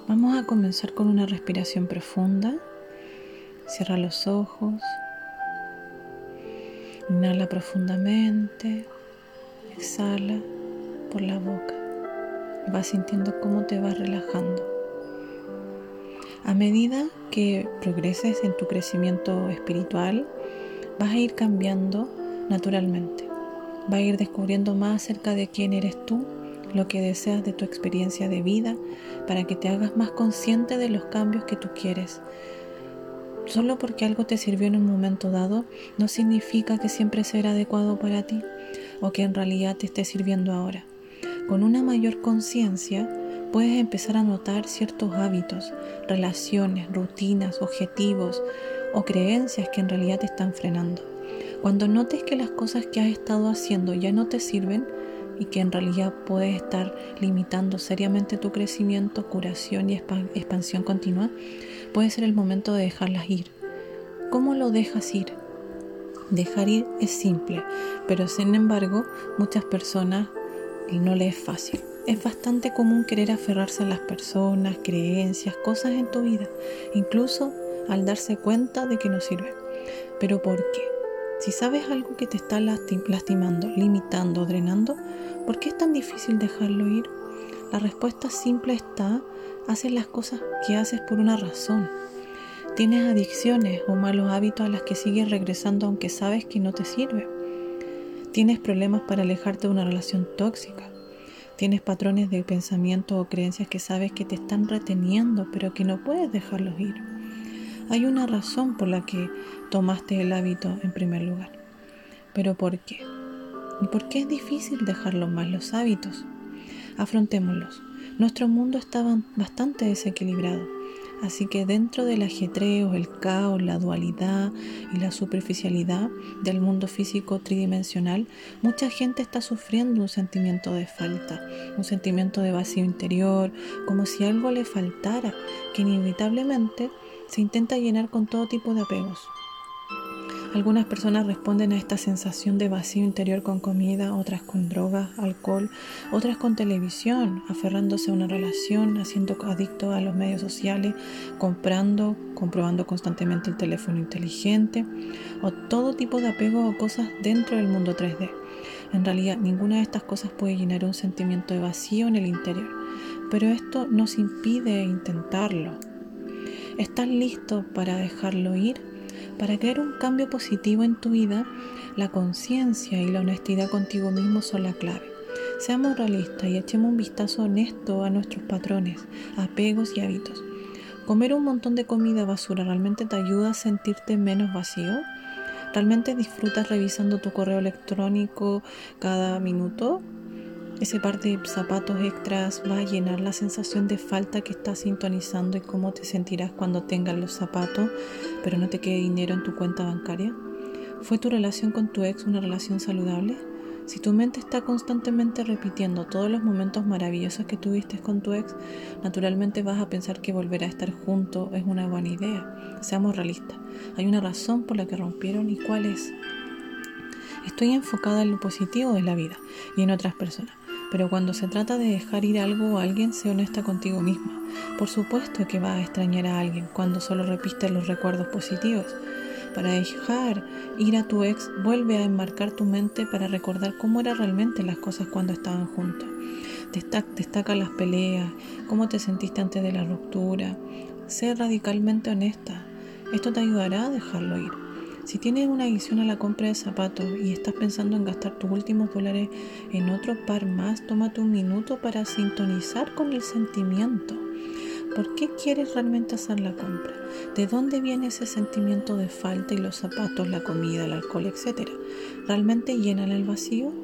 Vamos a comenzar con una respiración profunda. Cierra los ojos. Inhala profundamente. Exhala por la boca. Vas sintiendo cómo te vas relajando. A medida que progreses en tu crecimiento espiritual, vas a ir cambiando naturalmente. Vas a ir descubriendo más acerca de quién eres tú, lo que deseas de tu experiencia de vida, para que te hagas más consciente de los cambios que tú quieres. Solo porque algo te sirvió en un momento dado, no significa que siempre será adecuado para ti o que en realidad te esté sirviendo ahora. Con una mayor conciencia, puedes empezar a notar ciertos hábitos, relaciones, rutinas, objetivos o creencias que en realidad te están frenando. Cuando notes que las cosas que has estado haciendo ya no te sirven y que en realidad puedes estar limitando seriamente tu crecimiento, curación y expansión continua, puede ser el momento de dejarlas ir. ¿Cómo lo dejas ir? Dejar ir es simple, pero sin embargo, muchas personas no les es fácil. Es bastante común querer aferrarse a las personas, creencias, cosas en tu vida, incluso al darse cuenta de que no sirven. ¿Pero por qué? Si sabes algo que te está lastimando, limitando, drenando, ¿por qué es tan difícil dejarlo ir? La respuesta simple está: haces las cosas que haces por una razón. Tienes adicciones o malos hábitos a las que sigues regresando aunque sabes que no te sirve. Tienes problemas para alejarte de una relación tóxica. Tienes patrones de pensamiento o creencias que sabes que te están reteniendo, pero que no puedes dejarlos ir. Hay una razón por la que tomaste el hábito en primer lugar. ¿Pero por qué? ¿Y por qué es difícil dejar los malos hábitos? Afrontémoslos. Nuestro mundo está bastante desequilibrado, así que dentro del ajetreo, el caos, la dualidad y la superficialidad del mundo físico tridimensional, mucha gente está sufriendo un sentimiento de falta, un sentimiento de vacío interior, como si algo le faltara, que inevitablemente se intenta llenar con todo tipo de apegos. Algunas personas responden a esta sensación de vacío interior con comida, otras con drogas, alcohol, otras con televisión, aferrándose a una relación, haciendo adicto a los medios sociales, comprobando constantemente el teléfono inteligente o todo tipo de apego o cosas dentro del mundo 3D. En realidad, ninguna de estas cosas puede llenar un sentimiento de vacío en el interior, pero esto nos impide intentarlo. ¿Estás listo para dejarlo ir? Para crear un cambio positivo en tu vida, la conciencia y la honestidad contigo mismo son la clave. Seamos realistas y echemos un vistazo honesto a nuestros patrones, apegos y hábitos. ¿Comer un montón de comida basura realmente te ayuda a sentirte menos vacío? ¿Realmente disfrutas revisando tu correo electrónico cada minuto? Ese par de zapatos extras va a llenar la sensación de falta que estás sintonizando y cómo te sentirás cuando tengas los zapatos, pero no te quede dinero en tu cuenta bancaria. ¿Fue tu relación con tu ex una relación saludable? Si tu mente está constantemente repitiendo todos los momentos maravillosos que tuviste con tu ex, naturalmente vas a pensar que volver a estar juntos es una buena idea. Seamos realistas. Hay una razón por la que rompieron, ¿y cuál es? Estoy enfocada en lo positivo de la vida y en otras personas. Pero cuando se trata de dejar ir algo o alguien, sé honesta contigo misma. Por supuesto que vas a extrañar a alguien cuando solo repites los recuerdos positivos. Para dejar ir a tu ex, vuelve a enmarcar tu mente para recordar cómo eran realmente las cosas cuando estaban juntos. Destaca las peleas, cómo te sentiste antes de la ruptura. Sé radicalmente honesta. Esto te ayudará a dejarlo ir. Si tienes una adicción a la compra de zapatos y estás pensando en gastar tus últimos dólares en otro par más, tómate un minuto para sintonizar con el sentimiento. ¿Por qué quieres realmente hacer la compra? ¿De dónde viene ese sentimiento de falta y los zapatos, la comida, el alcohol, etcétera? ¿Realmente llenan el vacío?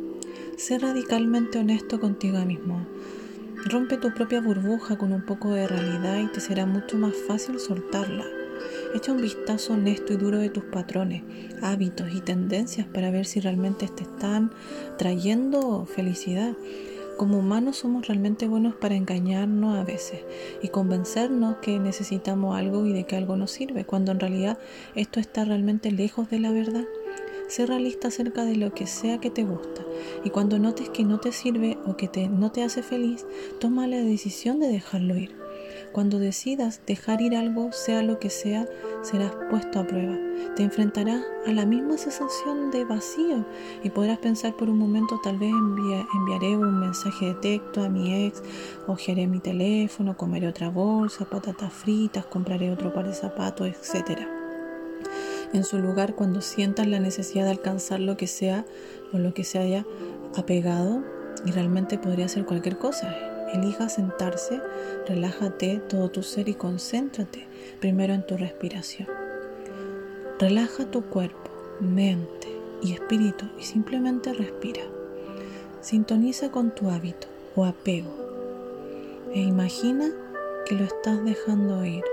Sé radicalmente honesto contigo mismo. Rompe tu propia burbuja con un poco de realidad y te será mucho más fácil soltarla. Echa un vistazo honesto y duro de tus patrones, hábitos y tendencias para ver si realmente te están trayendo felicidad. Como humanos somos realmente buenos para engañarnos a veces y convencernos que necesitamos algo y de que algo nos sirve, cuando en realidad esto está realmente lejos de la verdad. Sé realista acerca de lo que sea que te gusta y cuando notes que no te sirve o que no te hace feliz, toma la decisión de dejarlo ir. Cuando decidas dejar ir algo, sea lo que sea, serás puesto a prueba. Te enfrentarás a la misma sensación de vacío y podrás pensar por un momento, tal vez enviaré un mensaje de texto a mi ex, hojearé mi teléfono, comeré otra bolsa, patatas fritas, compraré otro par de zapatos, etc. En su lugar, cuando sientas la necesidad de alcanzar lo que sea o lo que se haya apegado, y realmente podría ser cualquier cosa, elija sentarse, relájate todo tu ser y concéntrate primero en tu respiración. Relaja tu cuerpo, mente y espíritu y simplemente respira. Sintoniza con tu hábito o apego e imagina que lo estás dejando ir.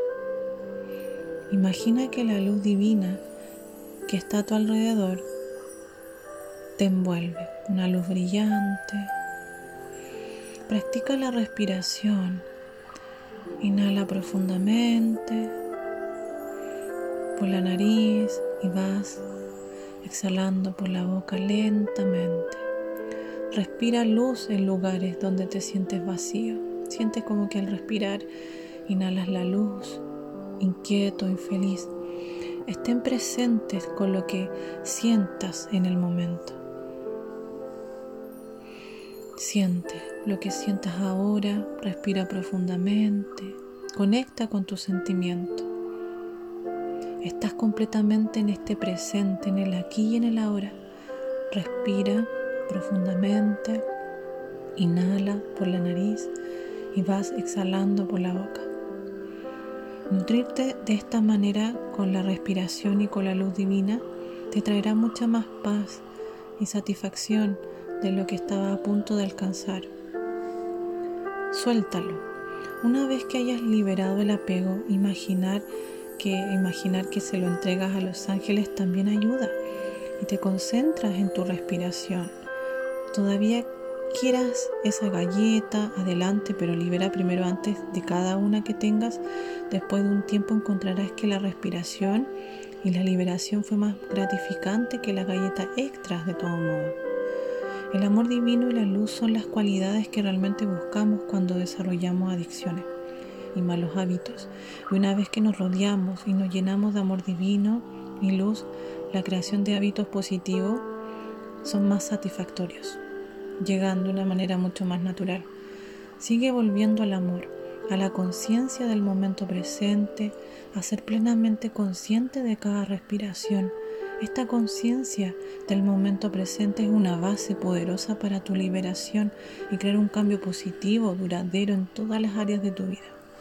Imagina que la luz divina que está a tu alrededor te envuelve, una luz brillante. Practica la respiración. Inhala profundamente por la nariz y vas exhalando por la boca lentamente. Respira luz en lugares donde te sientes vacío. Sientes como que al respirar inhalas la luz, inquieto, infeliz. Estén presentes con lo que sientas en el momento. Siente lo que sientas ahora, respira profundamente, conecta con tu sentimiento. Estás completamente en este presente, en el aquí y en el ahora. Respira profundamente, inhala por la nariz y vas exhalando por la boca. Nutrirte de esta manera con la respiración y con la luz divina te traerá mucha más paz y satisfacción de lo que estaba a punto de alcanzar. Suéltalo. Una vez que hayas liberado el apego, imaginar que se lo entregas a los ángeles también ayuda y te concentras en tu respiración. Todavía quieras esa galleta, adelante, pero libera primero antes de cada una que tengas. Después de un tiempo encontrarás que la respiración y la liberación fue más gratificante que la galleta extras de todo modo. El amor divino y la luz son las cualidades que realmente buscamos cuando desarrollamos adicciones y malos hábitos. Y una vez que nos rodeamos y nos llenamos de amor divino y luz, la creación de hábitos positivos son más satisfactorios, llegando de una manera mucho más natural. Sigue volviendo al amor, a la conciencia del momento presente, a ser plenamente consciente de cada respiración. Esta conciencia del momento presente es una base poderosa para tu liberación y crear un cambio positivo, duradero en todas las áreas de tu vida.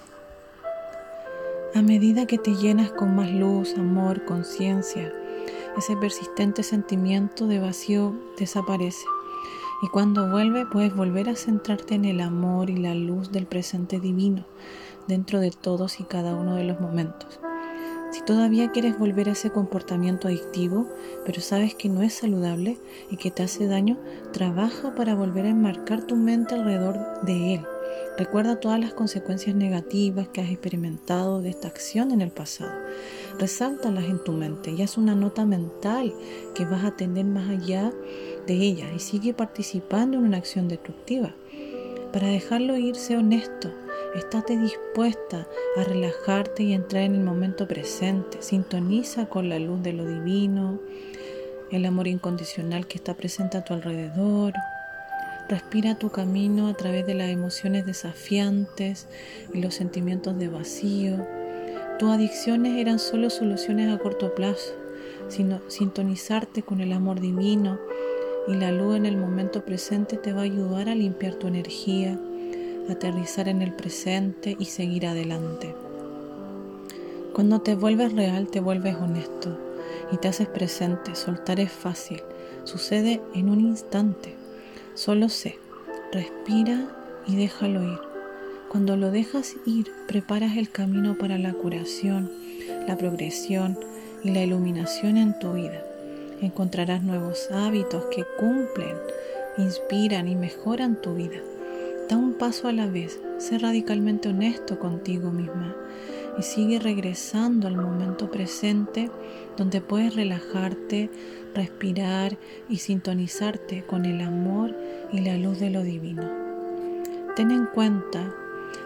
A medida que te llenas con más luz, amor, conciencia, ese persistente sentimiento de vacío desaparece. Y cuando vuelve, puedes volver a centrarte en el amor y la luz del presente divino dentro de todos y cada uno de los momentos. Si todavía quieres volver a ese comportamiento adictivo, pero sabes que no es saludable y que te hace daño, trabaja para volver a enmarcar tu mente alrededor de él. Recuerda todas las consecuencias negativas que has experimentado de esta acción en el pasado. Resáltalas en tu mente y haz una nota mental que vas a tener más allá de ella y sigue participando en una acción destructiva. Para dejarlo ir, sé honesto. Estate dispuesta a relajarte y entrar en el momento presente. Sintoniza con la luz de lo divino, el amor incondicional que está presente a tu alrededor. Respira tu camino a través de las emociones desafiantes y los sentimientos de vacío. Tus adicciones eran solo soluciones a corto plazo, sino sintonizarte con el amor divino y la luz en el momento presente te va a ayudar a limpiar tu energía, aterrizar en el presente y seguir adelante. Cuando te vuelves real, te vuelves honesto y te haces presente. Soltar es fácil, sucede en un instante. Solo sé, respira y déjalo ir. Cuando lo dejas ir, preparas el camino para la curación, la progresión y la iluminación en tu vida. Encontrarás nuevos hábitos que cumplen, inspiran y mejoran tu vida. Da un paso a la vez, sé radicalmente honesto contigo misma y sigue regresando al momento presente donde puedes relajarte, respirar y sintonizarte con el amor y la luz de lo divino. Ten en cuenta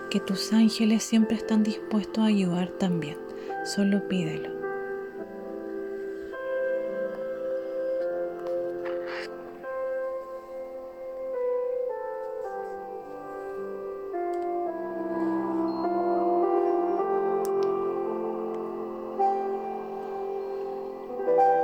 que tus ángeles siempre están dispuestos a ayudar también. Solo pídelo.